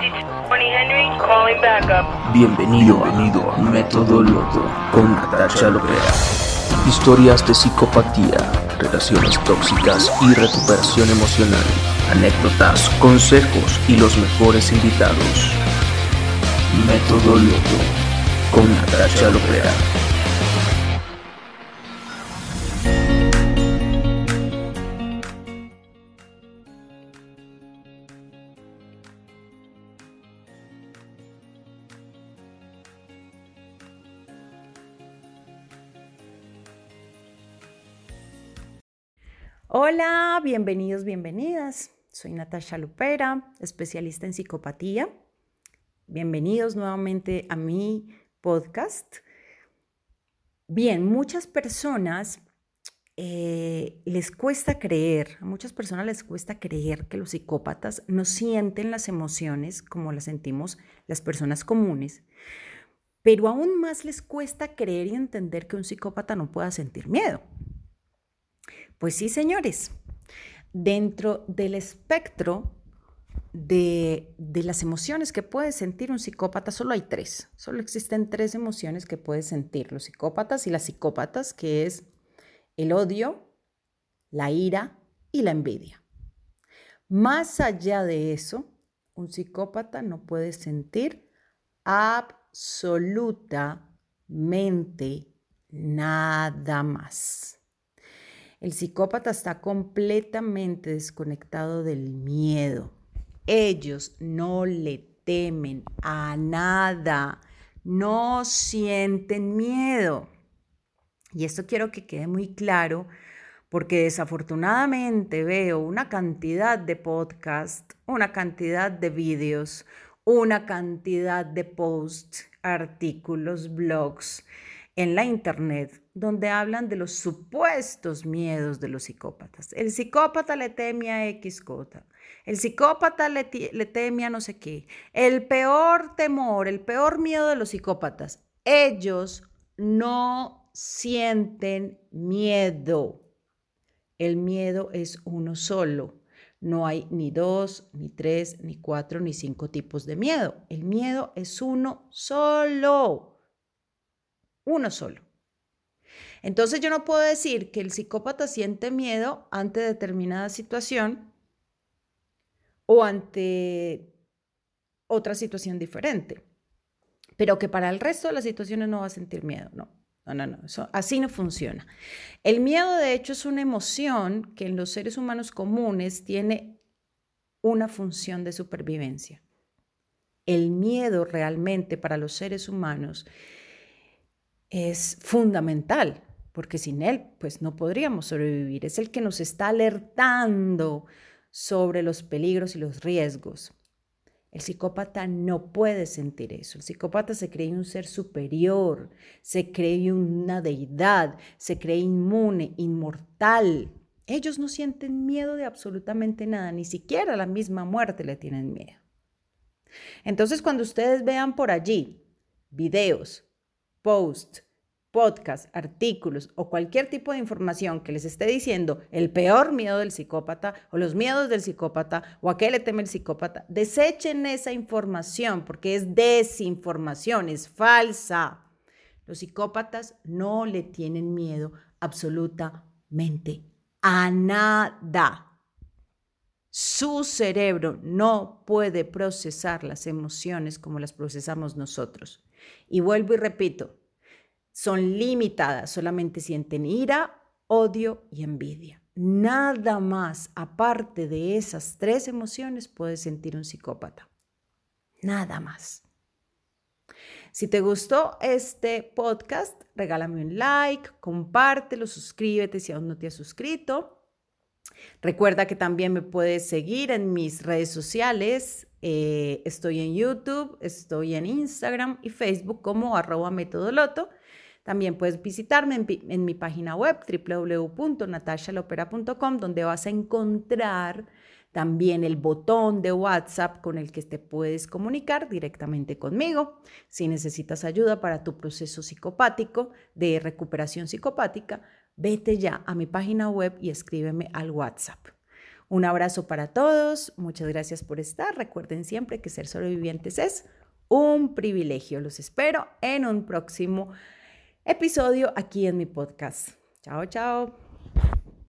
Bienvenido a Método Loto con Natasha Lopera. Historias de psicopatía, relaciones tóxicas y recuperación emocional. Anécdotas, consejos y los mejores invitados. Método Loto con Natasha Lopera. Hola, bienvenidos, bienvenidas. Soy Natasha Lopera, especialista en psicopatía. Bienvenidos nuevamente a mi podcast. Bien, muchas personas les cuesta creer, a muchas personas les cuesta creer que los psicópatas no sienten las emociones como las sentimos las personas comunes, pero aún más les cuesta creer y entender que un psicópata no pueda sentir miedo. Pues sí, señores, dentro del espectro de las emociones que puede sentir un psicópata, solo existen tres emociones que pueden sentir los psicópatas y las psicópatas, que es el odio, la ira y la envidia. Más allá de eso, un psicópata no puede sentir absolutamente nada más. El psicópata está completamente desconectado del miedo. Ellos no le temen a nada, no sienten miedo. Y esto quiero que quede muy claro porque desafortunadamente veo una cantidad de podcasts, una cantidad de vídeos, una cantidad de posts, artículos, blogs en la internet donde hablan de los supuestos miedos de los psicópatas. El psicópata le teme a X cosa, el psicópata le teme a no sé qué. El peor temor, el peor miedo de los psicópatas, ellos no sienten miedo. El miedo es uno solo. No hay ni 2, ni 3, ni 4, ni 5 tipos de miedo. El miedo es uno solo. Uno solo. Entonces yo no puedo decir que el psicópata siente miedo ante determinada situación o ante otra situación diferente, pero que para el resto de las situaciones no va a sentir miedo. No, eso, así no funciona. El miedo, de hecho, es una emoción que en los seres humanos comunes tiene una función de supervivencia. El miedo realmente para los seres humanos es fundamental, porque sin él pues no podríamos sobrevivir. Es el que nos está alertando sobre los peligros y los riesgos. El psicópata no puede sentir eso. El psicópata se cree un ser superior, se cree una deidad, se cree inmune, inmortal. Ellos no sienten miedo de absolutamente nada, ni siquiera a la misma muerte le tienen miedo. Entonces, cuando ustedes vean por allí videos, posts, podcasts, artículos o cualquier tipo de información que les esté diciendo el peor miedo del psicópata o los miedos del psicópata o a qué le teme el psicópata, desechen esa información porque es desinformación, es falsa. Los psicópatas no le tienen miedo absolutamente a nada. Su cerebro no puede procesar las emociones como las procesamos nosotros. Y vuelvo y repito, son limitadas, solamente sienten ira, odio y envidia. Nada más aparte de esas tres emociones puede sentir un psicópata. Nada más. Si te gustó este podcast, regálame un like, compártelo, suscríbete si aún no te has suscrito. Recuerda que también me puedes seguir en mis redes sociales. Estoy en YouTube, estoy en Instagram y Facebook como @metodoloto. También puedes visitarme en mi página web www.natashalopera.com, donde vas a encontrar también el botón de WhatsApp con el que te puedes comunicar directamente conmigo. Si necesitas ayuda para tu proceso psicopático, de recuperación psicopática, vete ya a mi página web y escríbeme al WhatsApp. Un abrazo para todos, muchas gracias por estar. Recuerden siempre que ser sobrevivientes es un privilegio. Los espero en un próximo episodio aquí en mi podcast. Chao, chao.